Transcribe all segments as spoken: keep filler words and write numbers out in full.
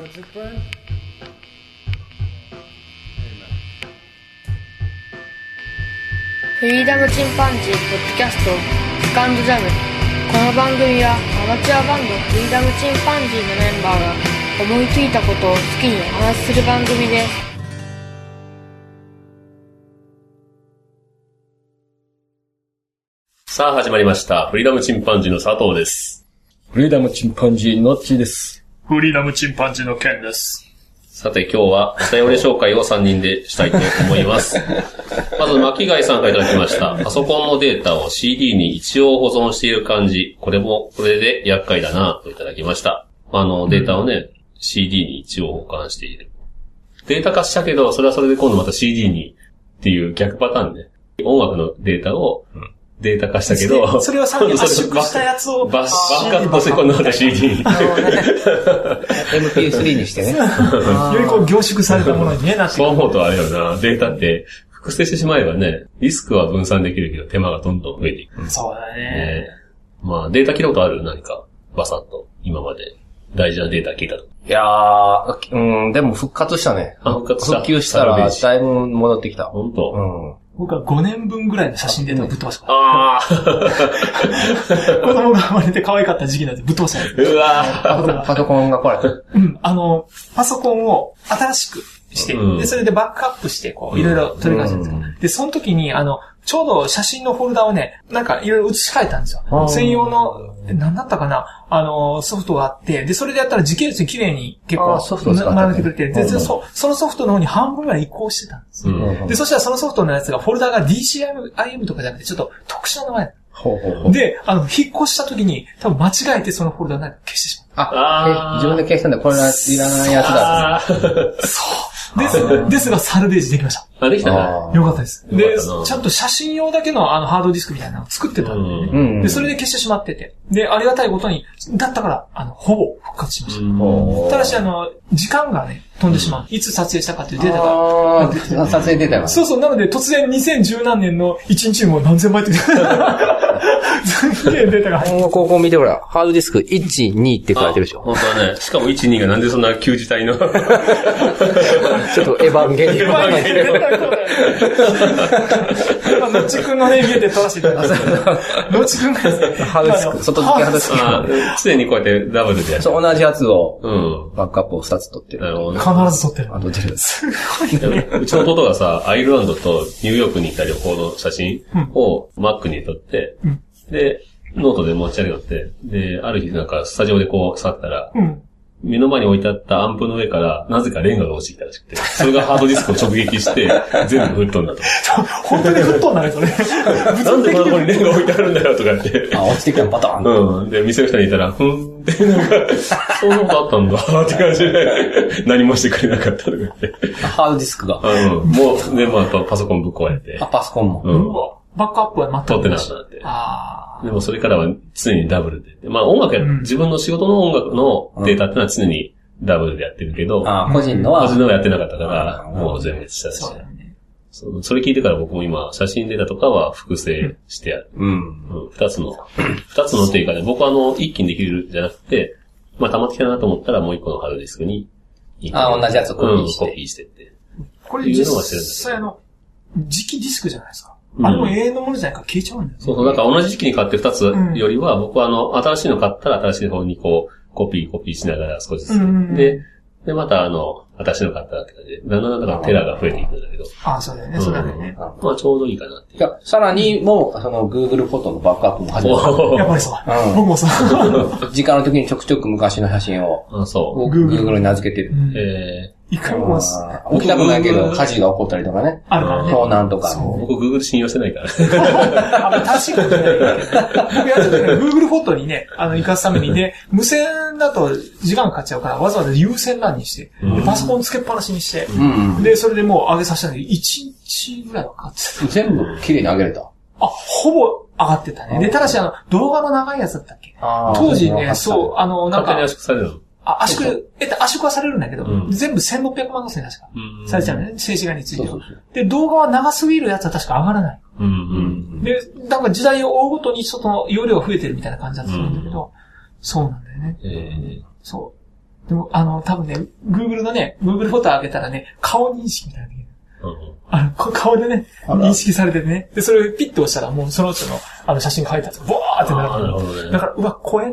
discipline. フリーダムチンパンジーポッドキャストセカンドジャム。この番組はアマチュアバンドフリーダムチンパンジーのメンバーが思いついたことを好きにお話しする番組です。 さあ始まりました。フリーダムチンパンジーの佐藤です。 フリーダムチンパンジーのっちです。 フリーダムチンパンジーのケンです。 さて今日はお便り紹介をさんにんでしたいと思います。まず巻貝さんからいただきました。パソコンのデータを シーディー に一応保存している感じ。これもこれで厄介だなといただきました。あのデータをね、うん、シーディー に一応保管している。データ化したけど、それはそれで今度また シーディー にっていう逆パターンね。音楽のデータを、うんデータ化したけど、 それをさっき圧縮したやつをバックアップして今度また シーディー にエムピースリー にしてね。 よりこう凝縮されたものにねなってくる。 そう思うとあれよな、データって複製してしまえばね、リスクは分散できるけど手間がどんどん増えていく。 そうだね。 ねまあデータ切ることある？何かバサッと今まで大事なデータ聞いたと。 いやー、うん、でも復活したね。 あ、復活した。 復旧したらだいぶ戻ってきた。 本当。 うん。 僕はごねんぶんぐらいの写真データをぶっ飛ばした。 ああ。 子供が生まれて可愛かった時期なんでぶっ飛ばした。 うわパソコンが壊れた。 うん。あの、パソコンを新しくして、うん、で、それでバックアップして、こう、いろいろ取り返したんですよ、うん。で、その時に、あの、ちょうど写真のフォルダをね、なんかいろいろ移し替えたんですよ。専用の、何だったかなあの、ソフトがあって、で、それでやったら時系列に綺麗に結構、並べてくれて、で、そ、そのソフトの方に半分ぐらい移行してたんですよ、うん。で、そしたらそのソフトのやつが、フォルダが ディーシーアイエム とかじゃなくて、ちょっと特殊な名前。 ほうほうほうで、 あの、引っ越した時に、多分間違えてそのフォルダをなんか消してしまった。 あ、あ自分で消したんだ。これはいらないやつだ。 そう。です、ですが、サルベージできました。 あ、できたね。 よかったです。で、ちゃんと写真用だけのあのハードディスクみたいなのを作ってたんで、ね、うん、で、それで消してしまってて。で、ありがたいことに、だったから、あの、ほぼ復活しました。ただし、あの、時間がね、飛んでしまう。いつ撮影したかっていうデータが。 撮影データが。 そうそう、なので、突然にせんじゅうなんねんのいちにちにも何千倍って。すげえデータが入ってる。 ここ見てほら、ハードディスクいち、にって書いてるでしょ。 本当だね。しかもいち、にがなんでそんな旧字体の。ちょっとエヴァンゲリオン。エヴァンゲリオン。 今、のっちくんのね、家で撮らせていただきます。のっちくんがですね。 ハードディスク、外付けハードディスク。常にこうやってダブルでやる。 そう、同じやつを、バックアップをふたつ撮ってる。 なるほど。 必ず撮ってる。 あ、撮ってる。 すごいね。 うちの弟がさ、アイルランドとニューヨークに行った旅行の写真を Mac に撮って、で、ノートで持ち上げて、で、ある日なんかスタジオでこう触ったら、目の前に置いてあったアンプの上から、なぜかレンガが落ちてきたらしくて、それがハードディスクを直撃して、全部吹っ飛んだと。 本当に吹っ飛んだね、それ。 なんでこのとこにレンガ置いてあるんだよ、とかって。 あ、落ちてきたのパターン。うん。で、店の人にいたら、ふんって、なんか、そんなことあったんだ、って感じで、何もしてくれなかったとかって。 ハードディスクが。 うん。もう、で、まあ、パソコンぶっ壊れて。 あ、パソコンも。 うん。 バックアップは全く取ってなかったって。 ああ。 でもそれからは常にダブルで。まあ音楽や、うん、自分の仕事の音楽のデータってのは常にダブルでやってるけど、うん、 あ個人のは個人のはやってなかったから、もう全滅したし、そうだね。そ。それ聞いてから僕も今、写真データとかは複製してやる。うん。うん、二つの、二つのっていうかね、僕はあの、一気にできるじゃなくて、まあ溜まってきたなと思ったらもう一個のハードディスクに、 あ、同じやつをコピーして。 うん、コピーしてって。 これ実際あの、磁気ディスクじゃないですか。あれも永遠のものじゃないから消えちゃうんだよね。 そうそう。だから同じ時期に買って二つよりは、うん、僕はあの、新しいの買ったら新しい方にこう、コピーコピーしながら少しずつ。うん、で、で、またあの、新しいの買ったらって感じで、だんだんだんだんテラが増えていくんだけど。 ああ、そうだよね、そうだよね。 まあちょうどいいかなっていう。 いや、さらにもう、その Google フォトのバックアップも始めた。 やっぱりそう。うん、僕もそう。 時間の時にちょくちょく昔の写真を、 あそう。 Google に名付けてる。 うん、えーいかにも起きたくないけど、火事が起こったりとかね。 あるからね。 盗難とか。 僕、Google 信用してないから。 あ、まあ、正しいことじゃないけど。僕やってたね、Google フォトにね、あの、活かすためにね、無線だと時間かかっちゃうから、わざわざ有線 ラン にして、うん、パソコンつけっぱなしにして、うん、で、それでもう上げさせたんだけど、いちにちぐらいはかかってた。 全部綺麗に上げれた。 あ、ほぼ上がってたね。で、ただし、あの、動画の長いやつだったっけ当時ね、そう、あの、なんか。 勝手に圧縮されるのあ、圧縮、えっと、圧縮はされるんだけど、うん、全部せんろっぴゃくまん画素に確か、うん、されちゃうね。静止画については。そうそうそうで、動画は長すぎるやつは確か上がらない。うんうん、で、なんか時代を追うごとにちょっと容量が増えてるみたいな感じだったんだけど、うん、そうなんだよね。えー、そう。 でも、あの、多分ね、Google のね、Google フォト上げたらね、顔認識みたいなのできる。うん、あの、顔でね、認識されてね。で、それをピッと押したら、もうその人の、あの、写真が入ったやつが、ボーってなる。なるほどね。だから、うわ、声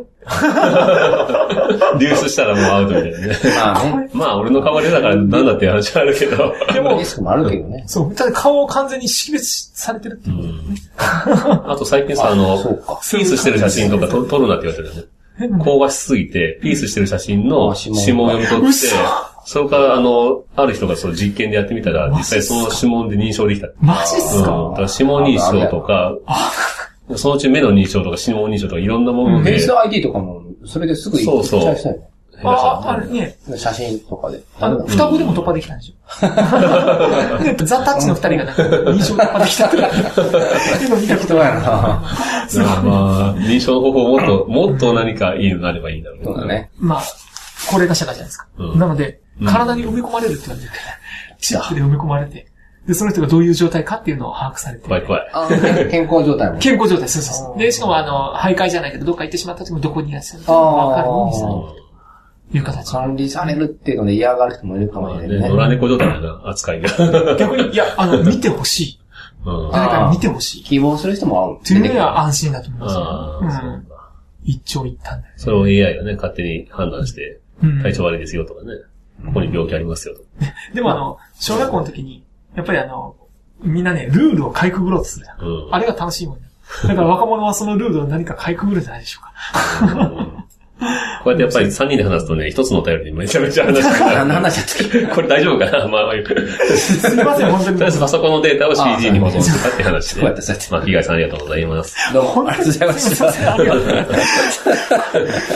流出したらもうアウトみたいなね。まあね。まあ、俺の顔でだからなんだって話はあるけど。 でも、リスクもあるけどね。 そう、ただ顔を完全に識別されてるっていう、ね。 うん、あと最近さ、あの、ピースしてる写真とか撮るなって言われてるよね。香ばしすぎて、ピースしてる写真の指紋を読み取って、それから、あの、ある人がその実験でやってみたら、実際その指紋で認証できた。 マジっすか、 うん、だから指紋認証とか、そのうち目の認証とか指紋認証とかいろんなもので。 フェイス アイディー とかも、それですぐいっちゃいしたよね。 ああ、あれね。 写真とかで。 あの、双子でも突破できたんでしょ。ザ・タッチの二人がなんか、認証突破できたって。今見たことないな。 まあ、認証の方法もっと、もっと何かいいのがあればいいんだろうね。 そうだね。 まあ、高齢化社会じゃないですか。うん、なので、体に埋め込まれるって言われて、チップで埋め込まれて、で、その人がどういう状態かっていうのを把握されて。 怖い怖い。 健康状態も。 健康状態、そうそうそう。で、しかもあの、徘徊じゃないけど、どっか行ってしまった時もどこにいらっしゃるかわかるようにされる。いう形。 管理されるっていうので嫌がる人もいるかもしれないね。 野良猫状態だな、扱いが。 逆に、いや、あの、見てほしい。誰かに見てほしい。 希望する人も合う。 っていうのは安心だと思いますよ。一長一短だよね。 それを エーアイ がね、勝手に判断して、体調悪いですよとかね、ここに病気ありますよとか。 でもあの、小学校の時に、やっぱりあの、みんなね、ルールをかいくぐろうとするじゃん。あれが楽しいもんね。だから若者はそのルールを何かかいくぐるんじゃないでしょうか。 こうやってやっぱりさんにんで話すとね、一つのお便りでめちゃめちゃ話してる。 何の話だったっけ？ これ大丈夫かなまあまあ。 すみません、本当に。 とりあえずパソコンのデータを シーディー に保存したって話で。まあ、被害さんありがとうございます。 どうも、ありがとうございました。 ありがとうございます。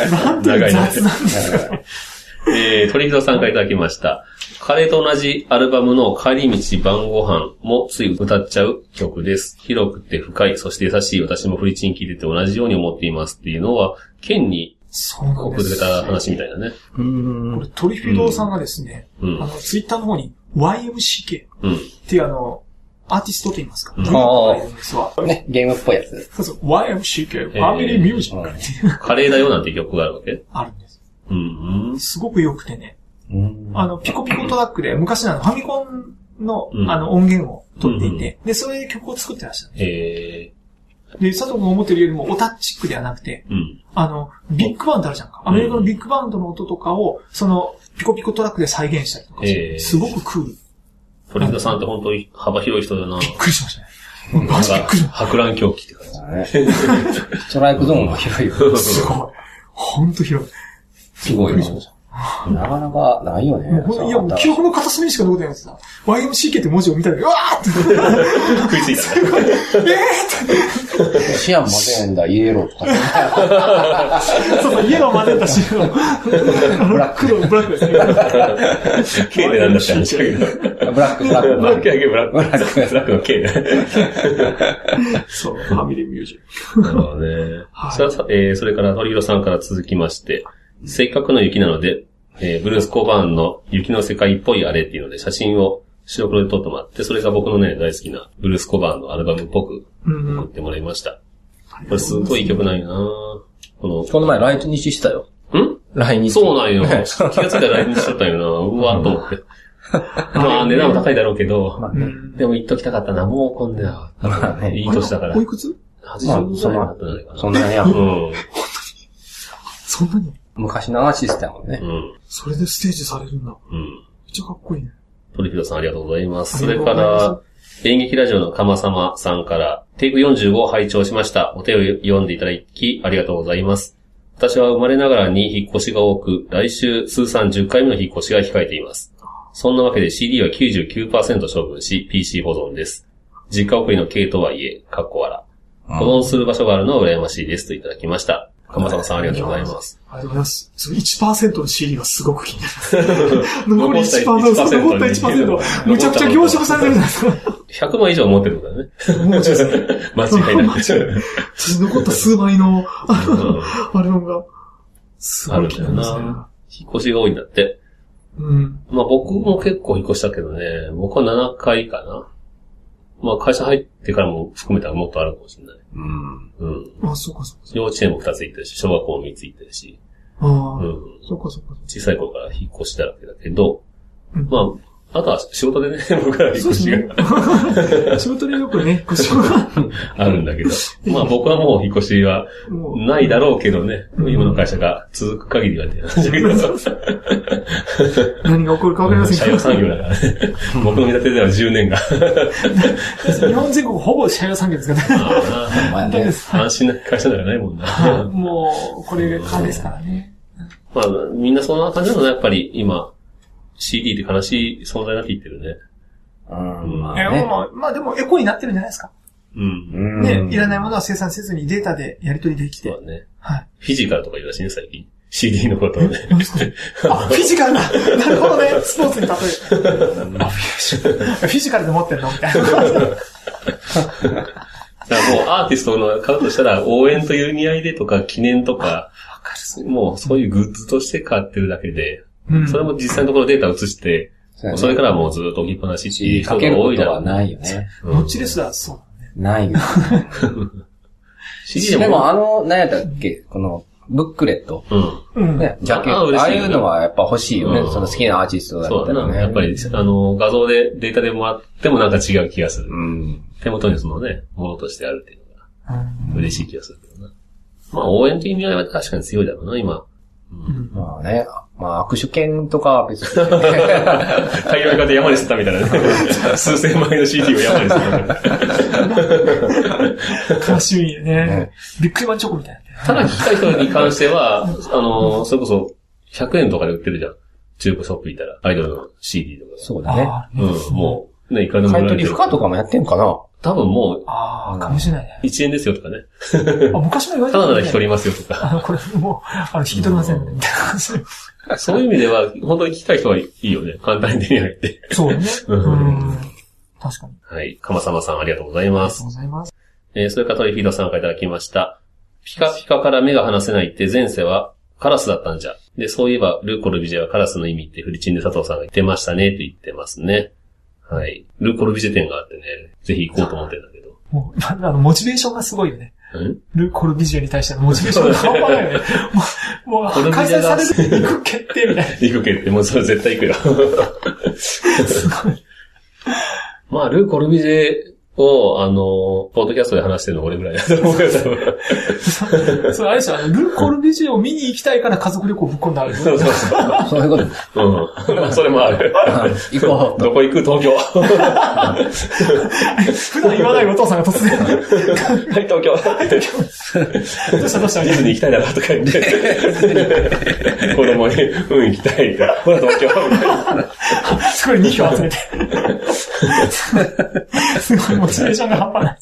なんていう雑なんですか。 えー、鳥広さんからいただきました。カレーと同じアルバムの帰り道晩ご飯もつい歌っちゃう曲です。広くて深い、そして優しい私もフリチン聞いてて同じように思っていますっていうのは、ケンに送ってくれた話みたいなね。 うん。これトリフィドーさんがですね、うん、あの、ツイッターの方に ワイエムシーケー っていうあの、アーティストと言いますか。うん、 ああ。ね、ゲームっぽいやつ。 そうそう、ワイエムシーケー、ファミリーミュージックっていう。 カレーだよなんていう曲があるわけ？ あるんです。 うんうん、 すごく良くてね。あの、ピコピコトラックで、昔のファミコンの、うん、あの、音源を取っていて、うんうん、で、それで曲を作ってらっしゃるんです。 へー。で、佐藤君が思ってるよりもオタッチックではなくて、うん、あの、ビッグバンドあるじゃんか。アメリカのビッグバンドの音とかを、その、ピコピコトラックで再現したりとかして、すごくクール。 鳥人さんって本当に幅広い人だな。 びっくりしましたね。マジびっくりしました。 博覧狂気って感じだね。 ストライクゾーンが広いよ。 すごい。ほんと広い。 すごいな。なかなかないよね。 いや、記憶の片隅にしか残ってないやつだ。ワイエムシーケー って文字を見たら、うわーって。 食いついた。すごい。えーって。 シアン混ぜんだ、イエローとか。そうそう、イエロー混ぜたシアン。ブラック。黒、ブラックですね。 K でなんだって話だけど。 ブラック、ブラック。 ブラックだけブラック。ブラック。ブラックの K ね。 そう、ファミリーミュージック。 なるほどね。それから鳥広さんから続きまして、せっかくの雪なので、えー、ブルース・コバーンの雪の世界っぽいあれっていうので写真を白黒で撮ってもらって、それが僕のね、大好きなブルース・コバーンのアルバムっぽく送ってもらいました。うんうん、これすごいいい曲なんよなこの、 この前来日したよ。 ん来日。 そうなんよ。気がついたら来日しちゃったよなうわーっと思って。まあ値段も高いだろうけど、まあね、でも行っときたかったな、もうこんな、まあね、いい年だから。 おいくつ ? はちじゅう ぐらいになったんじゃないかな。 そんなにや。うん。 そんなに昔のアーティストやもんね。 うん。それでステージされるんだ。うん。めっちゃかっこいいね。 鳥広さんありがとうございます。それから、演劇ラジオのかまさまさんから、テイクよんじゅうごを拝聴しました。お手を読んでいただき、ありがとうございます。私は生まれながらに引っ越しが多く、来週通算じゅっかいめの引っ越しが控えています。そんなわけで シーディー は きゅうじゅうきゅうパーセント 処分し、ピーシー 保存です。実家送りの系とはいえ、かっこ笑。保存する場所があるのは羨ましいですといただきました。かまさまさんありがとうございます。 ありがとうございます。その いちパーセント の シーディー がすごく気になります。残り いちパーセント、残った いちパーセント、むちゃくちゃ凝縮されてるじゃないですか。 ひゃくまん以上持ってるんだよね。もうちょっと、間違いない。 残った数枚の、アルバムが、すごい気になりますね。 引っ越しが多いんだって。うん。まあ僕も結構引っ越したけどね、僕はななかいかな。まあ会社入ってからも含めたらもっとあるかもしれない。うん。うん。 あ、そうかそうか。 幼稚園もふたつ行ってるし、小学校もみっつ行ってるし。 ああ、 うん。 そっかそっか。 小さい頃から引っ越しだらけだけど、 うん、 まあ、あとは仕事でね、僕ら引っ越しが。 ね、仕事でよくね、引っ越しがあるんだけど。まあ僕はもう引っ越しはないだろうけどね、うん、今の会社が続く限りはって話だけど。 何が起こるかわかりませんけど。 社用産業だからね。僕の見立てではじゅうねんが。 日本全国ほぼ社用産業ですからね。 ああ、ね、安心な会社なんかないもんな。 もう、これがですからね。 まあ、みんなそんな感じなのね、やっぱり今。シーディー って悲しい存在になっていってるね。 うん。まあ、ね、まあ、まあでもエコになってるんじゃないですか。 うん。 ね、いらないものは生産せずにデータでやり取りできて。 そうだね。 はい。 フィジカルとか言うらしいね、最近。シーディー のことをね。 あ、フィジカルだ。なるほどね。スポーツに例える。あ、フィジカルで持ってんのみたいな。だからもうアーティストの買うとしたら応援という意味合いでとか記念とか、もうそういうグッズとして買ってるだけで、うん、それも実際のところデータを移して、そ, ね、それからもうずっと置きっぱなしっていう人が多いだろう。 かけることはないよね。 モッチレスはそうだね。 ないよ。でもあの、何やったっけこの、ブックレット。うん。ね、ジャケット。ああいうのはやっぱ欲しいよね。うん、その好きなアーティストだったらね。 やっぱり、あの、画像でデータでもらってもなんか違う気がする。うん。手元にそのね、ものとしてあるっていうのが、嬉しい気がするけどな。まあ、応援という意味合いは確かに強いだろうな、今。 うん、まあね、まあ握手券とかは別に。 大量に買って山に吸ったみたいなね。数千枚の シーディー を山に吸った。 悲しみね。ビックリマンチョコみたいな。 ただ聞きたい人に関しては、あの、それこそひゃくえんとかで売ってるじゃん。中古ショップ行ったら、アイドルの シーディー とか。 そうだね。 うん、もう、ね、いくらでも買い取り付加とかもやってんかな多分もう、 ああ、かもしれないね。 いちえんですよとかね。 あ、昔も言われてただなら引き取りますよとか。 あの、これもう、あの、引き取りませんね、みたいな感じ。 そういう意味では、本当に聞きたい人はいいよね。簡単に手に入って。 そうね。うん。確かに。 はい。かまさまさんありがとうございます。 ありがとうございます。 えー、それからトリフィードさんからいただきました。ピカピカから目が離せないって前世はカラスだったんじゃ。で、そういえば、ルーコルビジェはカラスの意味ってフリチンで佐藤さんが言ってましたねって言ってますね。はい。ルーコルビジェ店があってね、ぜひ行こうと思ってるんだけど。 もう、あの、モチベーションがすごいよね。 んルーコルビジェに対してのモチベーションが半端ないよね。もう、もう開催される行く決定みたいな。 行く決定、もうそれ絶対行くよ。すごい。まあ、ルーコルビジェを、あの、ポッドキャストで話してるの俺ぐらいだと思うけど。 それあれでしょ、ルーコルビジェを見に行きたいから家族旅行ぶっ込んである。 そうそうそう。 そういうこと。 うん。それもある。 行こう。 どこ行く東京。 普段言わないお父さんが突然。はい、 東京。 どうしたどうしたディズニー行きたいだろとか言って。子供に、うん、行きたいって。ほら東京。 すごいに票集めて。すごいモチベーションが半端ない。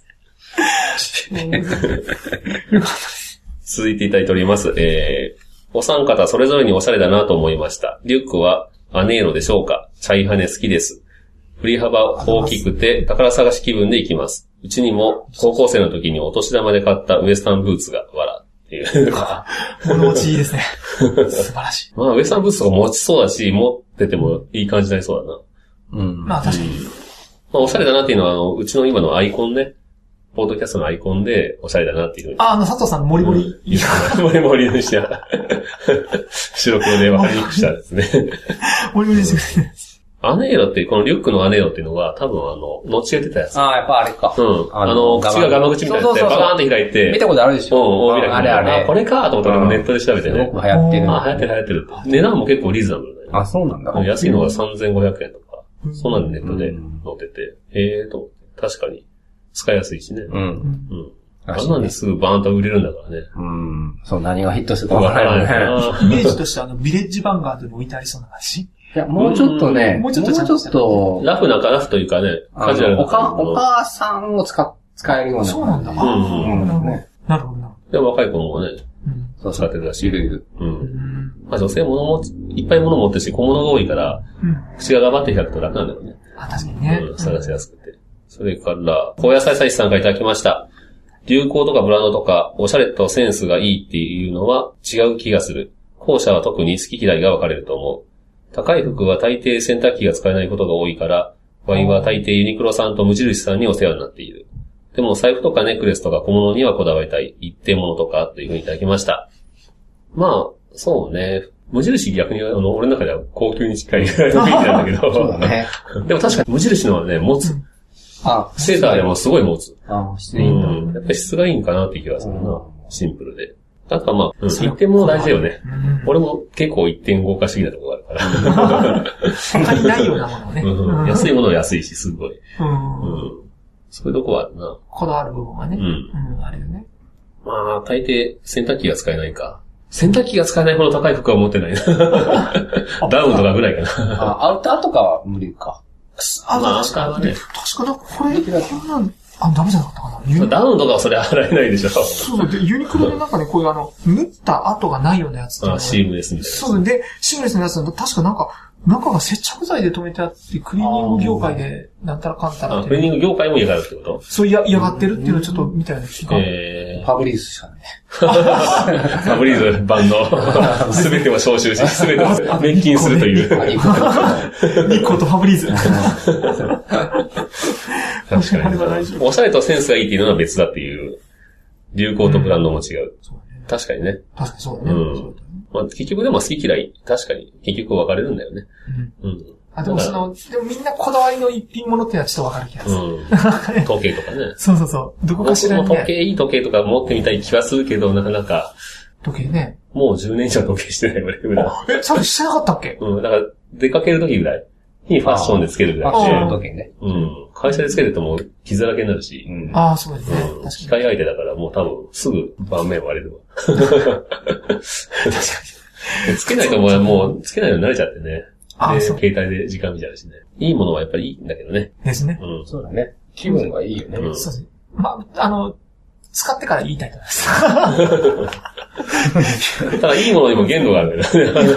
続いていただいております。えー、お三方それぞれにおしゃれだなと思いました。リュックはアネーロでしょうか？チャイハネ好きです。振り幅大きくて宝探し気分で行きます。うちにも高校生の時にお年玉で買ったウエスタンブーツがわらっていう。 物持ちいいですね。素晴らしい。 まあウエスタンブーツとか持ちそうだし、持っててもいい感じになりそうだな。うん。まあ確かに。うん、 まあおしゃれだなっていうのは、あの、うちの今のアイコンね。ポードキャストのアイコンでおしゃれだなっていうふうに。 あ、あの、佐藤さんのモリモリ。 うん、モリモリにして、白黒で分かりにくくしたですね。 モリモリにしてくれる。 アネーロって、このリュックのアネーロっていうのが、多分あの、後が出たやつ。 ああ、やっぱあれか。 うん。あの、口がガマ口みたいになって、バカーンって開いて。 見たことあるでしょ。 うん、大開き。 あれあれ。 あ、これかと思ったらネットで調べてね。 すごく流行ってる。 あ、流行ってる流行ってる。値段も結構リーズナブルだよね。 あ、そうなんだ。 安いのがさんぜんごひゃくえんとか。そんなんでネットで載ってて。えーと、確かに。使いやすいしね。うん。うん。あんなんですぐバーンと売れるんだからね。 うん。そう、何がヒットするかわからないね。イメージとしてあの、ビレッジバンガードに置いてありそうな感じ。 いや、もうちょっとね、もうちょっと、ちょっと、 ラフなか、ラフというかね、カジュアルな。 おか、お母さんを使、使えるような。 そうなんだ。うん。なるほどな。 でも若い子もね、使ってるらしい。いるいる。うん。まあ女性物も、いっぱい物持ってるし、小物が多いから、口が頑張って開くと楽なんだよね。 あ、確かにね。 うん、探しやすくて。それから、高野菜菜師さんからいただきました。流行とかブランドとか、おしゃれとセンスがいいっていうのは違う気がする。後者は特に好き嫌いが分かれると思う。高い服は大抵洗濯機が使えないことが多いから、ワイは大抵ユニクロさんと無印さんにお世話になっている。でも財布とかネックレスとか小物にはこだわりたい。一定物とかというふうにいただきました。まあ、 そうね。無印逆に、あの、俺の中では高級に近いぐらいの雰囲気なんだけど。 そうだね。 でも確かに無印のはね、持つ。あ、セーターでもすごい持つ。 あ、質いいんだ。 うん。やっぱり質がいいんかなって気がするな。シンプルで。なんかまあ、うん、一点も大事だよね。俺も結構一点豪華主義なところがあるから。 他にないようなものね。 うん、安いものは安いし、すごい。うん。うん、そういうとこはあるな。 こだわる部分はね。うん。うん、あるよね。 まあ、大抵洗濯機が使えないか。洗濯機が使えないほど高い服は持ってないな。ダウンとかぐらいかな。 あ、アウターとかは無理か。 あ、まあ、確かに。確かに、これ、こんなん、あ、ダメじゃなかったかな。 ダウンとかはそれ洗えないでしょ。 そうそう。で、ユニクロでなんかね、こういうあの、縫った跡がないようなやつ。 あ、シームレスみたいな。 そうで、シームレスのやつだと確かなんか、中が接着剤で止めてあって、クリーニング業界で、なんたらかんたら。 あ、クリーニング業界も嫌がるってこと？ そう、嫌がってるっていうのをちょっと見たような気が。 えー、ファブリーズしかね。 ファブリーズ版の、すべてを招集し、すべてを滅菌するという。 日光とファブリーズ。 確かに。おしゃれとセンスがいいっていうのは別だっていう。流行とブランドも違う。確かにね。 確かにそうだね。うん。 まあ、結局でも好き嫌い、確かに、結局分かれるんだよね。うん。うん。 あ、でもその、でもみんなこだわりの一品物ってのはちょっと分かる気がする。 うん。時計とかね。 そうそうそう。どこかしらに、ね。 僕も時計、いい時計とか持ってみたい気はするけど、なかなか。 時計ね。 もうじゅうねん以上時計してない俺、普段。 え、さっきしてなかったっけ？ うん。だから、出かける時ぐらいにファッションでつけるぐらい。 ファッションの時計ね。 うん。会社でつけるともう傷だらけになるし。 うん。ああ、そうですね。 うん。機械相手だからもう多分すぐ盤面割れるわ。確かに。つけないともう、もう、つけないように慣れちゃってね。で、携帯で時間見ちゃうしね。いいものはやっぱりいいんだけどね。 ですね。 うん。そうだね。気分がいいよね。 うん、そうですね。まあ、あの、使ってから言いたいと思います。 ただ、いいものにも限度があるんだよね。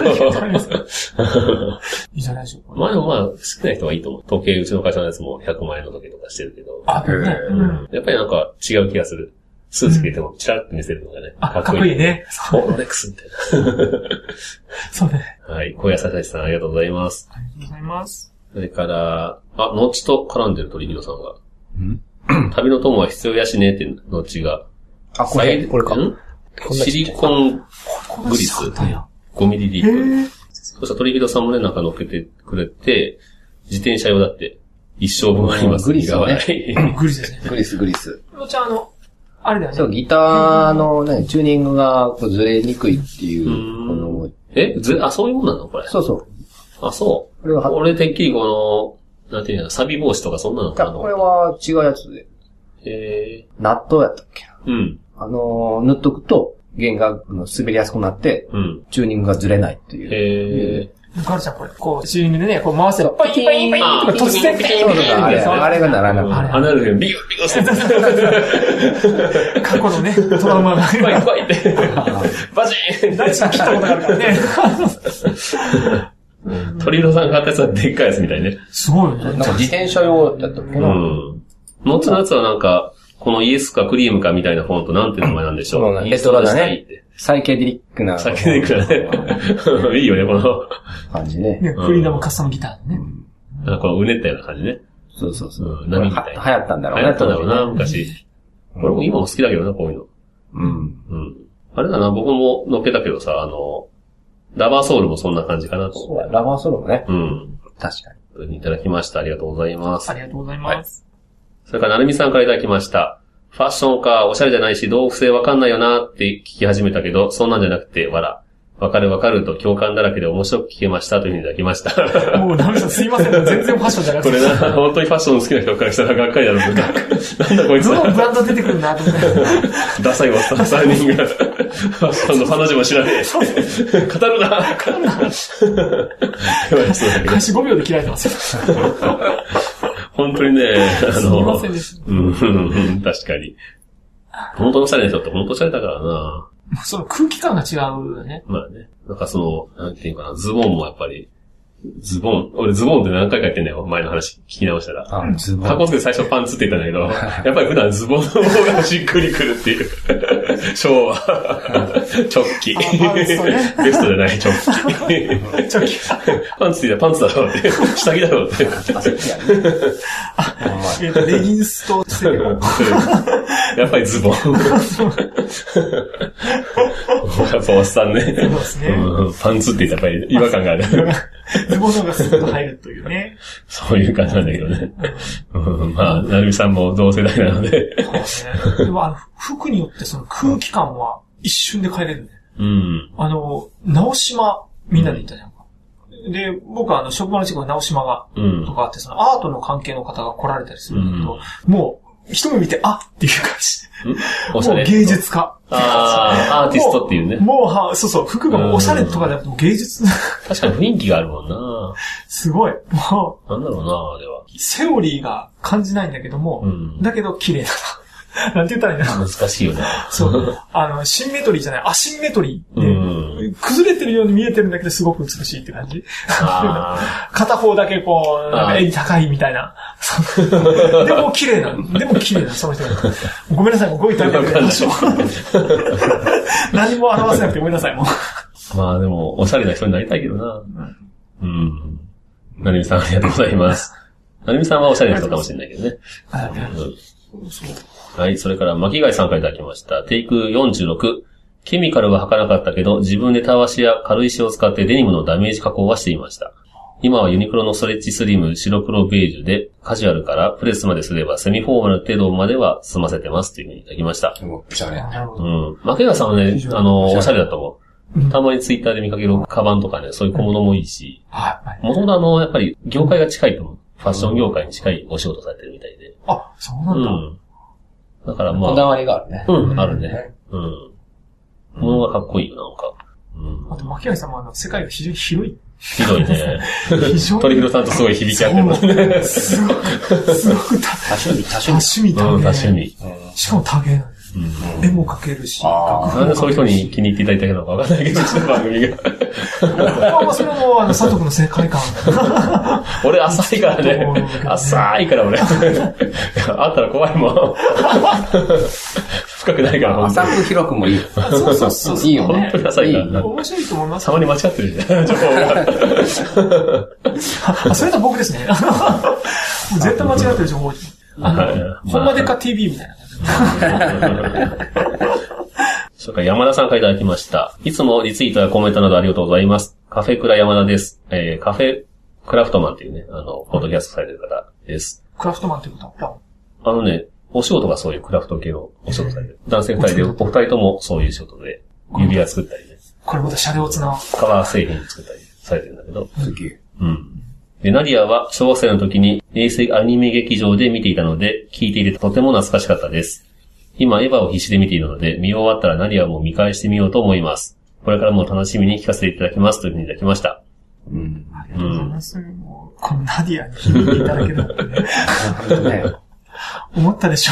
いいじゃないでしょうか。 まあでもまあ、好きな人はいいと思う。時計、うちの会社のやつもひゃくまんえんの時計とかしてるけど。 あ、ね、 うん。やっぱりなんか違う気がする。スーツ着ててもチラッと見せるのがね。 あ、かっこいいね。 お、ロレックスみたいな。 そうね。 はい。小屋ささしさんありがとうございます。 ありがとうございます。 それから、あ、ノッチと絡んでる鳥広さんが。旅の友は必要やしねってノッチが。 あ、これ、これか。 シリコングリス。ごミリリットル。そしたら鳥広さんもね、なんか乗っけてくれて、自転車用だって、一生分あります。 グリスね。 グリスですね。 グリス、グリス。 じゃあ、あの、あれだよね。 そう、ギターのね、チューニングがずれにくいっていう、この、 えず、あ、そういうもんなのこれ。 そうそう。 あ、そう。これは、俺てっきりこの、なんていうの、錆防止とかそんなのかな。 これは違うやつで。 へー。納豆やったっけうん。 あの、塗っとくと、弦が滑りやすくなって、うん。チューニングがずれないっていう。 へー。 ガルちゃんこれ、こう、チューニングでね、こう回せば、パインパインパインって突然ピーンってあれ、あれがならなかった。 離れるビュービューして過去のね、トラウマが。 怖い怖いって。バチーン大地が切ったことがあるからね。 鳥色さんが買ったやつはでっかいやつみたいね。 すごいね。 なんか自転車用だったっけな。うん。 ノッツのやつはなんか、このイエスかクリームかみたいなフォントなんて名前なんでしょう。 そうレトロだね。サイケデリックな。 サイケデリックだね。いいよね、この感じね。 クリーダムカスタムギターね。 このうねったような感じね。 そうそうそう。 波みたいな。 流行ったんだろうね。 流行ったんだろうな、昔。俺も今も好きだけどな、こういうの。 うん。 うん。あれだな、僕も乗っけたけどさ、あの、ラバーソウルもそんな感じかなと思って。そうラバーソウルもね。 うん。 確かに。いただきました。ありがとうございます。 ありがとうございます。 それから、なるみさんからいただきました。ファッションか、おしゃれじゃないし、同不性わかんないよなって聞き始めたけど、そんなんじゃなくて、わら。わかるわかると共感だらけで面白く聞けましたというふうにいただきました。 もうダメだ、すいません。全然ファッションじゃなくて。 これな、本当にファッション好きな人からしたらがっかりだろう。なんだこいつ。 どのブランド出てくるんだと思って。 ダサいわ、さんにんが。ファッションの彼女も知らねえ。語るな。語るな。 開始ごびょうで切られてますよ。 本当にね、あの、 すみませんでした。 うん、確かに。本当のおしゃれな人って本当おしゃれだからな。 その空気感が違うよね。 まあね。なんかその、なんていうかな、ズボンもやっぱり、ズボン、俺ズボンって何回か言ってんだよ、前の話聞き直したら。 あ、ズボン。 過去つけて最初パンツって言ったんだけど、やっぱり普段ズボンの方がしっくりくるっていう。 昭和。チョッキ。ベストじゃない、チョッキ。 チョッキ。 パンツついたパンツだろうって。下着だろうって。 あ、そうやね。あ、えっと、レギンスとステレオ。 やっぱりズボン。やっぱおっさんね。そうですね。パンツって言ったらやっぱり違和感がある。 ズボンの方がスッと入るというね。 そういう感じなんだけどね。まあ、なるみさんも同世代なので。 そうね。でもあの、服によってその空気感は一瞬で変えれるね。うん。あの、直島、みんなで行ったじゃんか。で、僕はあの、職場の近くに直島が、とかあって、そのアートの関係の方が来られたりするんだけど、うん、もう、一目見て、あっていう感じ。もう芸術家。 ああ、アーティストっていうね。 もう、は、そうそう、服がもうおしゃれとかじゃなくても芸術。 確かに雰囲気があるもんな。 すごい。もう。なんだろうな、あれは。 セオリーが感じないんだけども、うん、だけど綺麗だな。なんて言ったらいいんだろう。 難しいよね。 そう。あの、シンメトリーじゃない、アシンメトリーで、うん、崩れてるように見えてるんだけど、すごく美しいって感じ。片方だけこう、なんか絵高いみたいな。でも綺麗な。でも綺麗な、その人が。ごめんなさい、もう語彙足りなくてましょう。何も表せなくてごめんなさい、もう。 まあでも、おしゃれな人になりたいけどな。うん。なるみさん、ありがとうございます。なるみさんはおしゃれな人かもしれないけどね。はい、それから、巻貝さんからいただきました。テイクよんじゅうろく。ケミカルは履かなかったけど、自分でたわしや軽石を使ってデニムのダメージ加工はしていました。今はユニクロのストレッチスリム白黒ベージュで、カジュアルからプレスまですればセミフォーマル程度までは済ませてますというふうにいただきました。 おしゃれ。 うん。巻貝さんはね、あの、おしゃれだと思う。たまにツイッターで見かけるカバンとかね、そういう小物もいいし、もともとあの、やっぱり業界が近いと思う。ファッション業界に近いお仕事されてるみたいで。 あ、そうなんだ。うん。 だからまあ。 こだわりがあるね。 うん、あるね。うん。物がかっこいいよ、なんか。 うん。あと、巻貝さんもあの、世界が非常に広い。 広いね。非常に。鳥広さんとすごい響き合ってますね。 すごく、すごく多趣味、多趣味。多趣味、 多趣味。 しかも多芸なんです。絵も描けるし。 なんでそういう人に気に入っていただいたのかわかんないけど、うちの番組が。 まあ、それも、あの、佐藤君の世界観。 俺、浅いからね。浅いから俺。あったら怖いもん。深くないから、 浅く広くもいい。 そうそうそう。 いいよね。 本当に浅いから。 面白いと思います。 たまに間違ってるじゃん、情報が。 あ、それと僕ですね。絶対間違ってる情報。あの、ほんまでか ティービー みたいな。 そうか、山田さんからいただきました。いつもリツイートやコメントなどありがとうございます。カフェクラ山田です。えー、カフェクラフトマンっていうね、あの、ポッドキャストされてる方です。 クラフトマンっていうことはあのね、お仕事がそういうクラフト系のお仕事されてる。男性二人で、お二人ともそういう仕事で、指輪作ったりね。 これまたシャレオツな。 革製品作ったりされてるんだけど。すげえ。うん。で、ナディアは小学生の時に衛星アニメ劇場で見ていたので、聞いていてとても懐かしかったです。今、エヴァを必死で見ているので、見終わったらナディアも見返してみようと思います。これからも楽しみに聞かせていただきますというふうにいただきました。 うん。ありがとうございます。うん、もうこのナディアに響いていただけるのね。思ったでしょ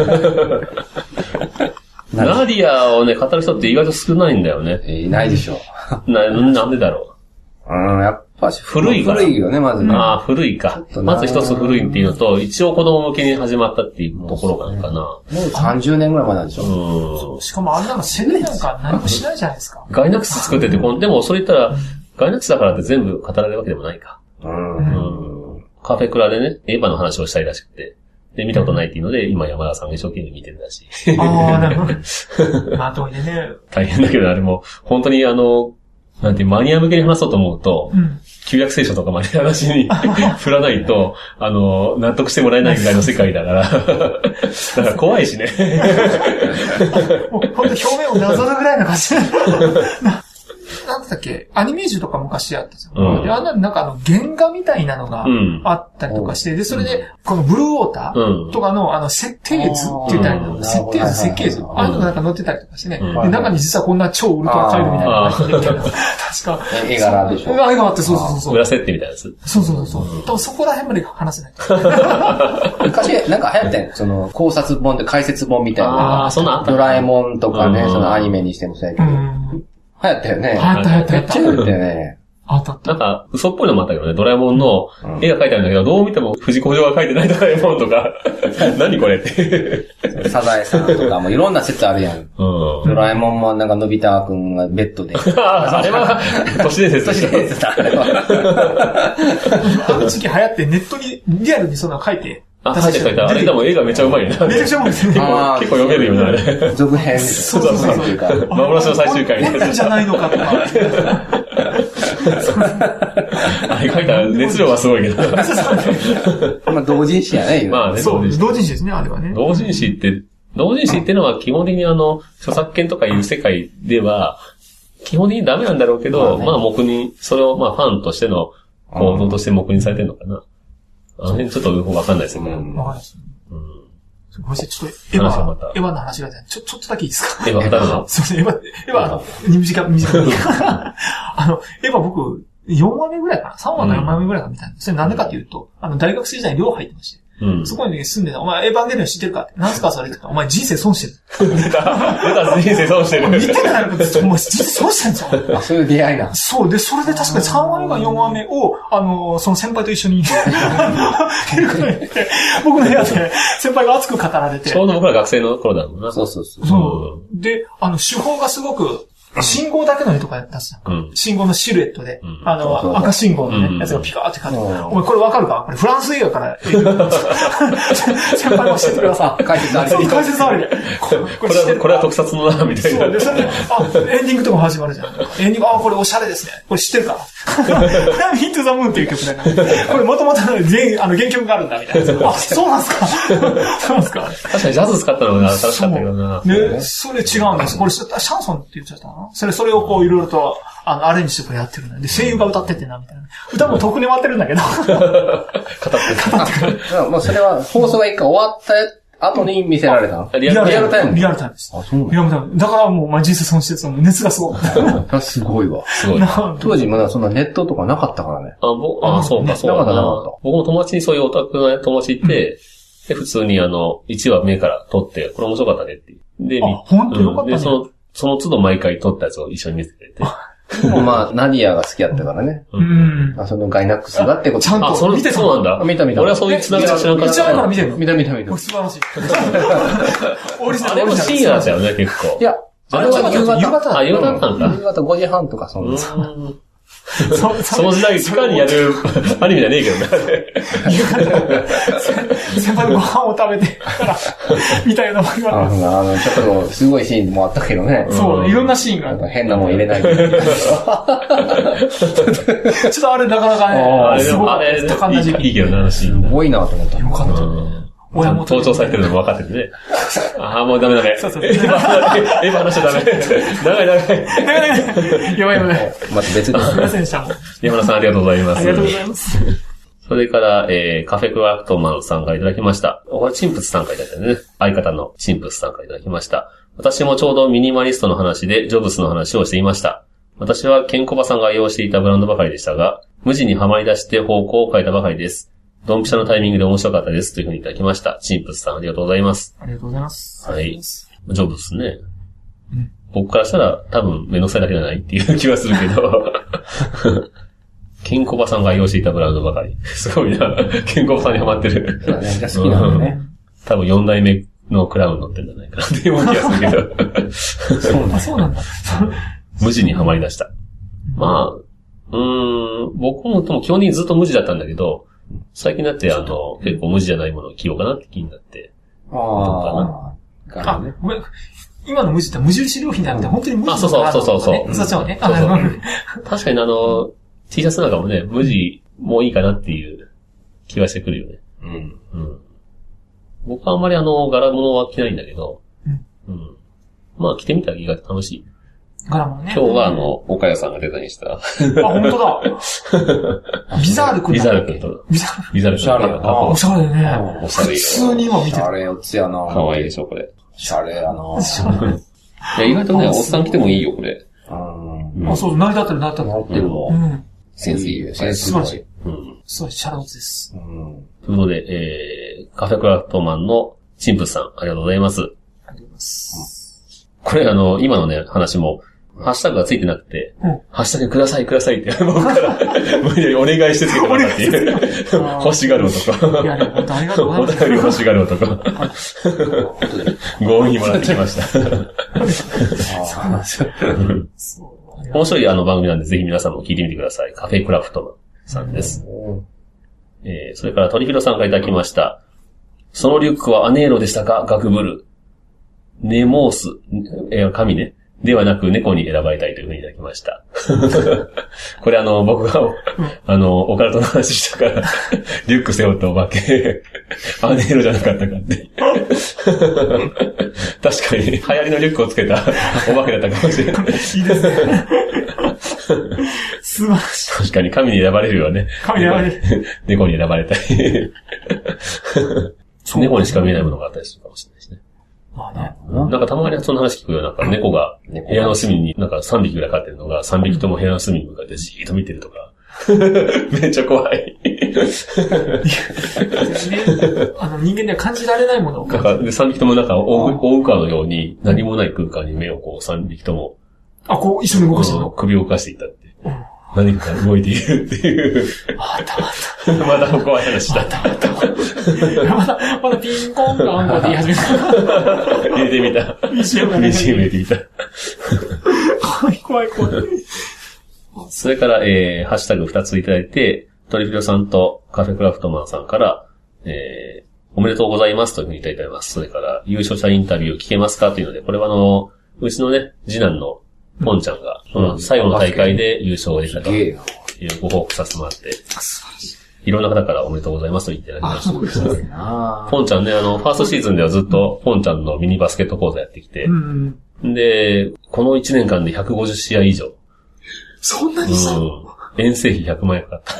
う。ナディアをね、語る人って意外と少ないんだよね。 いないでしょう。な、なんでだろう。うん、やっぱ古いから。 古いよね、まずね。 ああ、古いか。まず一つ古いっていうのと、一応子供向けに始まったっていうところなのかな。もうさんじゅうねんぐらい前なんでしょ。 うん。しかもあんなの宣伝なんか何もしないじゃないですか。 ガイナックス作ってて、でもそれ言ったら、ガイナックスだからって全部語られるわけでもないか。うん。うん、カフェクラでね、エヴァの話をしたいらしくて。で、見たことないっていうので、今山田さんが一生懸命見てるらしい。 ああ、なるほど。まあ、遠いでね。 大変だけど、あれも、本当にあの、なんてマニア向けに話そうと思うと、うん、旧約聖書とかまで話に振らないと、あの、納得してもらえないぐらいの世界だから。だから怖いしね。 もう本当表面をなぞるぐらいの感じ。なんだっけアニメージュとか昔あったじゃん。うん、であんななんかあの原画みたいなのがあったりとかして、うん、で、それで、このブルーウォーターとかのあの設定図って言ったり、うん、設定図、設計図、ああいうのがなんか載ってたりとかしてね。うん、で、中に実はこんな超ウルトラカイドみたいなのが入ってみたいな。確か。 絵柄でしょ。 絵柄あって、そうそうそう。 裏設定みたいなやつ。 そうそうそう。うん、多分そこら辺まで話せない。 昔、なんか流行ってんその考察本で解説本みたいな。 ああ、そんなあった。 ドラえもんとかね、そのアニメにしてもそうやけど。流行ったよね。 流行った流行った。 めっちゃ流行ったよね。 あったあった。 なんか、嘘っぽいのもあったけどね、ドラえもんの絵が描いてあるんだけど、どう見ても藤子不二雄が描いてないドラえもんとか、何これって。 サザエさんとかもいろんな説あるやん。うん、ドラえもんもなんかのび太くんがベッドで。 あれは、都市伝説都市伝説だ、あれは。 あの時期流行ってネットにリアルにそんなの書いて。 あ、書いて書いて。あれでも絵がめちゃうまいね。 めちゃくちゃうまいですね。 結構読めるよね、あれ。 続編。そうそうそう。 幻の最終回みたいな。 じゃないのかとか。 あれ書いたら熱量はすごいけど。 まあ、同人誌やね、 まあね、 そう、同人誌ですね、あれはね。 同人誌って、同人誌ってのは基本的にあの、著作権とかいう世界では、基本的にダメなんだろうけど、まあ黙認、それをまあファンとしての行動として黙認されてるのかな。あの辺ちょっとよくわかんないですけど。わかんないです。うん。 ごめんなさい、ちょっとエヴァ、エヴァの話がちょ、ちょっとだけいいですか？ エヴァ語るの？ すいません、エヴァ、エヴァ、あの、短く、短く。あの、エヴァ僕、よんわめぐらいかな ?さんわかよんわめぐらいか見たんです。それなんでかっていうと、あの、大学生時代に寮入ってまして。うん、そこに、ね、住んでた。お前、エヴァンゲリオン知ってるかって。何すかそれって言ったら、お前人生損してる。 出た。出た、人生損してる。 見てないのかって、お前人生損してるんですよ。 あ、そういう出会いな。 そう。で、それで確かにさんわめかよんわめを、あの、その先輩と一緒に、僕の部屋で先輩が熱く語られて。 ちょうど僕ら学生の頃だもんな。 そうそうそう。 そう。で、あの、手法がすごく、信号だけの絵とかやったんですよ。うん、信号のシルエットで、うん、あの、そうそう赤信号のね、うん、やつがピカーって書いて、うん、お前これわかるかこれフランス映画から映画先輩も知ってください。 解説ありで。 解説ありで。 これは、これは特撮のな、みたいな。 そうで、それで、あ、エンディングとかも始まるじゃん。エンディング、あ、これおしゃれですね。これ知ってるかフラミントゥザムーンっていう曲だから。これもともと原曲があるんだ、みたいな。あ、そうなんすかそうなんすか確かにジャズ使ったのが新しかったけどな。 ね、それ違うんです。これ、シャンソンって言っちゃったな。それ、それをこう、いろいろと、あの、アレンジしてこれやってるんだ。で、声優が歌っててな、みたいな。歌も特に回ってるんだけど。語ってる。語ってる。もうそれは、放送が一回終わった後に見せられたのリアルタイム。リアルタイムです。 あ、そうなんリアルタイム。だからもう、まあ、人生損してる熱がすごい。 すごいわ。 すごい。 当時まだそんなネットとかなかったからね。 あ、僕、あ、そうか、そうか。なかった、なかった。僕も友達にそういうオタクの友達いて、で、普通にあの、いちわ目から撮って、これ面白かったねって。で、 あ、ほんとよかったね。 で、その、その都度毎回撮ったやつを一緒に見せてくれて。 でもまあ、ナディアが好きやったからね。 うん。 あ、そのガイナックスがってこと。 ちゃんと。 あ、その見てそうなんだ。 見た見た。 俺はそういうつながり知らんかった。 一話から見てる。 見た見た見た。 素晴らしい。 オリジナル。あれも深夜だったよね、結構。 いや、あれは夕方。 夕方あ、夕方だったんだ。 夕方ごじはんとかそんな。 その時代、地下にやるアニメじゃねえけどね。 先輩のご飯を食べてから、みたいなのが言われて。 あの、ちょっとすごいシーンもあったけどね。 そう、いろんなシーンがある。 変なもん入れない。ちょっとあれなかなかね、 あれ、あれ、多感な時期。いいけどな、あのシーン。 すごいなと思った。 よかった。 親も盗聴されてるのも分かっててね。ああ、もうダメダメ。そうそう。エヴァ話しちゃダメ。長い長い。 やばいやばい。 また別に。 すいませんでした。 山田さんありがとうございます。 ありがとうございます。 それから、えー、カフェクラフトマンさんからいただきました。これ、チンプスさんからいただいたね。相方のチンプスさんからいただきました。私もちょうどミニマリストの話で、ジョブスの話をしていました。私はケンコバさんが愛用していたブランドばかりでしたが、無地にはまり出して方向を変えたばかりです。ドンピシャのタイミングで面白かったです。というふうにいただきました。チンプスさんありがとうございます。 ありがとうございます。 はい。ジョブスね。うん、僕からしたら多分めんどくさいだけじゃないっていう気はするけど。ケンコバさんが愛用していたブランドばかり。すごいな。ケンコバさんにハマってる。 そうだね。好きなんだね。 多分よん代目のクラウン乗ってんじゃないかなっていう気がするけど。 そうなんそうなんだ。 無地にはまり出した。まあ、うーん、僕も基本的にずっと無地だったんだけど、最近だって、あの、結構無地じゃないものを着ようかなって気になって。 ああ。 あ、ごめん。今の無地って無印良品なんて本当に無地のあ、そうそうそうそう。 そっちもね。 そうそう確かにあの、T シャツなんかもね、無地もいいかなっていう気はしてくるよね。うん。うん。僕はあんまりあの、柄物は着ないんだけど、うん。うん。まあ着てみたら意外と楽しい。 柄物ね。 今日はあの、岡谷さんがデザインした。あ、 本当だ。ビザール君。 ビザール君と。 ビザール君。ビザール君。おしゃれ。 おしゃれね。 おしゃれよ。 普通に今見てる。 あれ、おつやな。 かわいいでしょ、これ。 おしゃれやな。 いや、意外とね、おっさん着てもいいよ、これ。 あ、そう、成り立ってる、成り立ってる。 成り立ってるわ。 うん。 センスいいよ。 素晴らしい。うん。すごい、シャラオツです。うん。 ということで、えー、カフェクラフトマンのチンプスさん、ありがとうございます。ありがとうございます。これあの、今のね、話も、 ハッシュタグがついてなくて、うん、ハッシュタグくださいくださいって僕から無理やりお願いしてつけてもらったっていう。欲しがる男。いや、でも本当ありがとうございます。お便り欲しがる男。強引にもらってきました。そうなんですよ。面白いあの番組なんで、ぜひ皆さんも聞いてみてください。カフェクラフトさんです。えー、それから鳥広さんからいただきました。そのリュックはアネーロでしたか？ガクブル。ネモース、えー、神ね。ではなく猫に選ばれたいというふうにいただきました。これあの、僕が、あの、オカルトの話したから、リュック背負ったお化け、アネーロじゃなかったかって。確かに、流行りのリュックをつけたお化けだったかもしれない。いいですね。 素晴らしい。 確かに神に選ばれるよね。 神に選ばれる。 猫に選ばれたい。猫にしか見えないものがあったりするかもしれないですね。まあね。なんかたまにその話聞くよ。なんか猫が部屋の隅になんかさんびきぐらい飼ってるのがさんびきとも部屋の隅に向かってじーっと見てるとか。めっちゃ怖い。 あの人間では感じられないものを感じる。 なんかでさんびきともなんか大浮かのように何もない空間に目をこうさんびきとも。 あ、こう一緒に動かしてるの？ 首を動かしていったって。何か動いているっていう。 あたまた。 まだ怖い話だ。 またまた。まだ、まだピンコンカンコって言い始めた。 入れてみた。ビージーエム 入れてみた。 怖い怖い怖い。 それから、えー、ハッシュタグふたついただいて、トリフィロさんとカフェクラフトマンさんから、えー、おめでとうございますというふうにいただいております。それから、優勝者インタビュー聞けますかというので、これはあの、うちのね、次男のポンちゃんが、うん、最後の大会で優勝できたというご報告させてもらって、いろんな方からおめでとうございますと言っていただきました。ポンちゃんね、あの、ファーストシーズンではずっとポンちゃんのミニバスケット講座やってきて、うん、で、このいちねんかんでひゃくごじゅう試合以上。 そんなにしたの？ うん、遠征費ひゃくまん円かかった。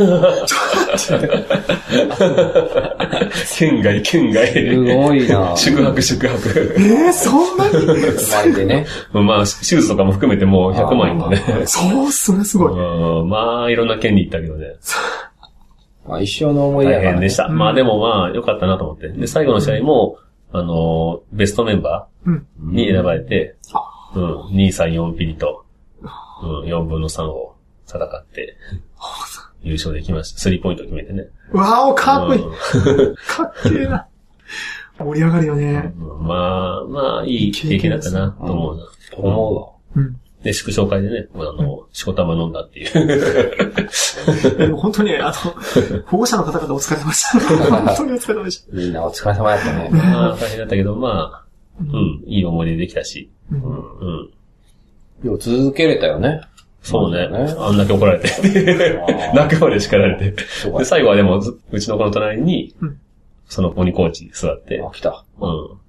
県外、県外。 すごいな宿泊、宿泊。 えー、そんなに前でね。 まあ、シューズとかも含めてもうひゃくまん円だね。 そう、それすごい。 うん、まあ、いろんな県に行ったけどね。 まあ、一生の思い出だから、ね。大変でした。うん、まあでもまあ、良かったなと思って。で、最後の試合も、あの、ベストメンバーに選ばれて、うん、うん、に、さん、よんピリと、うん、よんぶんのさんを戦って、優勝できました。スリーポイント決めてね。 わお、かっこいい。うん、かっけえな。盛り上がるよね。 うん、まあ、まあ、いい経験だったな、と思うな。 思うわ。 うん。で、祝勝会でね、あの、しこたま飲んだっていう。 でも本当に、あの、保護者の方々お疲れ様でした。本当にお疲れ様でした。 みんなお疲れ様だったね。 まあ、大変だったけど、まあ、うん、いい思い出できたし。うん。うん。 よう続けれたよね。 そうね。あんだけ怒られて。泣くまで叱られて。で、最後はでも、うちの子の隣に、その鬼コーチ座って。 あ、来た。 うん。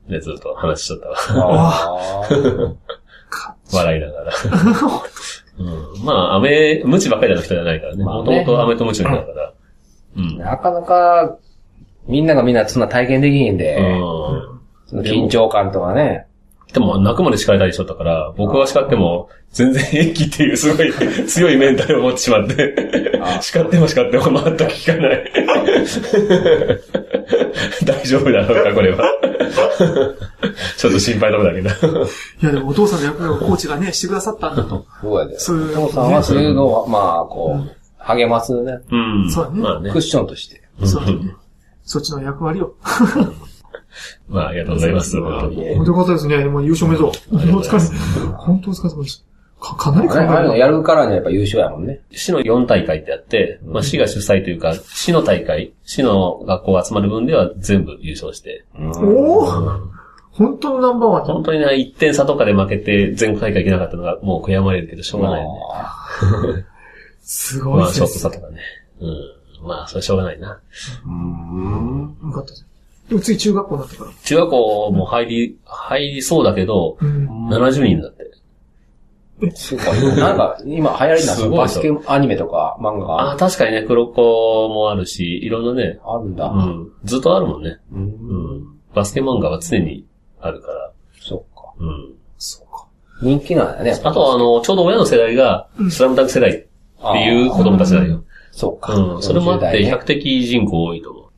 で、ずっと話しちゃったわ。笑いながら。うん、まあ、飴、ムチばっかりの人じゃないからね。もともと飴とムチの人だから。 うん。なかなか、みんながみんなそんな体験できへんで。うん。その緊張感とかね。 でも、泣くまで叱られたりしとったから、僕が叱っても、全然平気っていうすごい強いメンタルを持ってしまって、叱っても叱っても全く聞かない。大丈夫だろうか、これは。ちょっと心配なことだけど。 いや、でもお父さんの役割をコーチがね、してくださったんだと。 そうやで。そういう。お父さんはそういうのを、まあ、こう、励ますね。 うん。 そうだね。 まあね。 クッションとして。 そうだね。そっちの役割を。 まあ、ありがとうございます。 本当に。本当よかったですね。もう優勝目指そう。お疲れ。本当お疲れ様でした。か、かなり考える。 あれやるからにはやっぱ優勝やもんね。 市のよん大会ってあって、まあ市が主催というか、市の大会、市の学校が集まる分では全部優勝して。 おぉ、本当のナンバーワン。 本当にね、いってん差とかで負けて全国大会行けなかったのがもう悔やまれるけどしょうがないよね。 すごいですね。 まあ、ショット差とかね。うん。まあ、それしょうがないな。 うん。よかったです。でも次中学校になったから。 中学校も入り、入りそうだけど、うん、ななじゅうにんだって。 え、すごい。なんか、今流行りなのバスケアニメとか漫画がある。 あ、確かにね、黒子もあるし、いろんなね。 あるんだ。 うん。ずっとあるもんね。うん。うん、バスケ漫画は常にあるから。 そうか。 うん。 そうか。 人気なんだね。 あとは、あの、ちょうど親の世代が、スラムダンク世代っていう子供たちだよ。 そうか。 うん。それもあって、比較的人口多いと思う。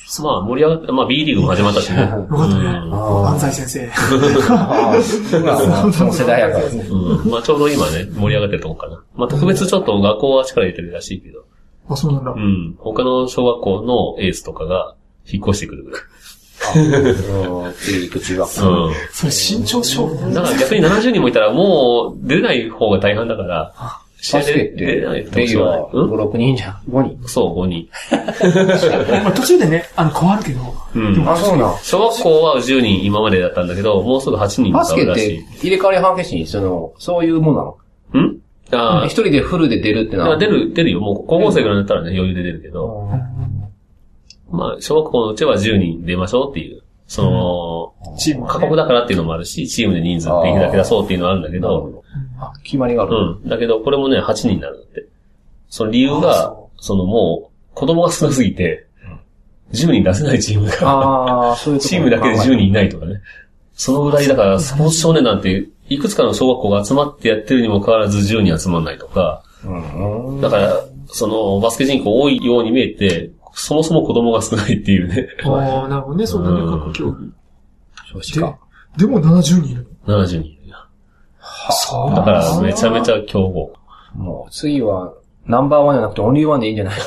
まあ盛り上がって、まあ B リーグも始まったしね。 よかったね。安西先生。 その世代やからですね。 うん。まあちょうど今ね、盛り上がってると思うかな。まあ特別ちょっと学校は力入れてるらしいけど。 あ、そうなんだ。 うん。他の小学校のエースとかが引っ越してくるぐらい。 ああ、次行く中学校。 うん。 それ身長勝負だから逆にななじゅうにんもいたらもう出ない方が大半だから、 バスケって、レギュラーご、ろくにんじゃん。ごにん。 そう、ごにん。 まあ途中でね、あの、変わるけど。 うん。 あ、そうなん。 小学校はじゅうにん今までだったんだけど、もうすぐはちにんにバスケっ変わるらしい。 て入れ替わり半決に、その、そういうものなの？んああ。 一人でフルで出るってのは。 出る、出るよ。もう高校生ぐらいになったらね、余裕で出るけど。まあ、小学校のうちはじゅうにん出ましょうっていう。その、 チーム過酷だからっていうのもあるし、チームで人数できるだけ出そうっていうのはあるんだけど、 あ、決まりがある。 うん。だけど、これもね、はちにんになるんだって。その理由が、そのもう、子供が少なすぎて、じゅうにん出せないチームが、 ああ、そういうチームだけでじゅうにんいないとかね。そのぐらいだから、スポーツ少年なんて、いくつかの小学校が集まってやってるにもかかわらずじゅうにん集まんないとか、だから、その、バスケ人口多いように見えて、そもそも子供が少ないっていうね。 ああ、なるほどね、そんなに各競技。 少子化。 でもななじゅうにんいる。 ななじゅうにんいるよ。 そうだからめちゃめちゃ強豪。 もう、次は、ナンバーワンじゃなくてオンリーワンでいいんじゃない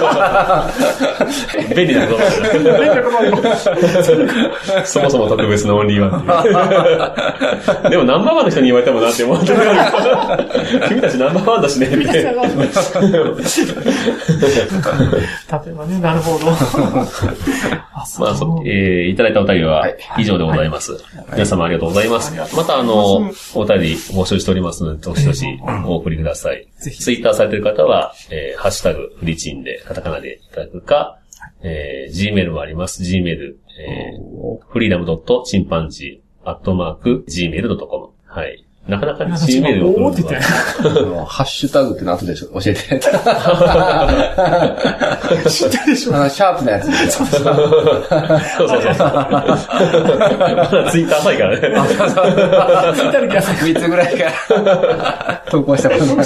便利なことだそもそも特別のオンリーワン。でもナンバーワンの人に言われてもなって思ってる君たちナンバーワンだしねって。例えばね、なるほど。 まあ、そえー、いただいたお便りは以上でございます。はいはい、皆様ありがとうございます。またあの、お便り募集しておりますので、どしどしお送りください。ツイッターされてる方は、えー、ハッシュタグ、フリチンで、カタカナでいただくか、えー、Gmail もあります。Gmail、えー、フリーダムドットチンパンジー、アットマーク、ジーメールドットコム。はい。なかなか Gmail を送るのは。 ハッシュタグっての後でしょ教えて。知ってるでしょあの、シャープなやつ。 そうそうそう。そうそうそう。まだツイッター浅いからね。ツイッターの気がみっつぐらいから投稿したことない。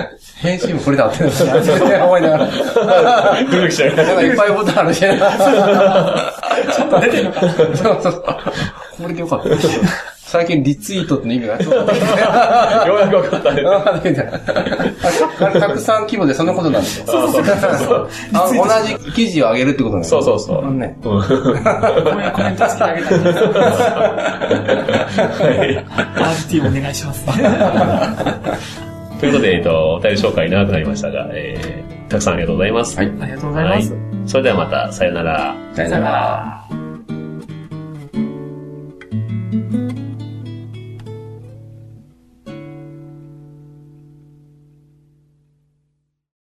編集もこれで合ってるんですね。思いながら。 努力しちゃう。 なんかいっぱいボタンあるし。ちょっと出てるのか。 そうそう。これでよかった。最近リツイートって意味がそうだね。 ようやく分かったね。 たくさん規模でそんなことなんですよ。そうそうそう同じ記事を上げるってことなんですよ。そうそうそう。 ね。 こういうコメントしてあげたい。はい。アールティー お願いします。 ということで、えっと、お便り紹介長くなりましたが、えー、たくさんありがとうございます。 はい。ありがとうございます。 はい。それではまた、さよなら。 さよなら。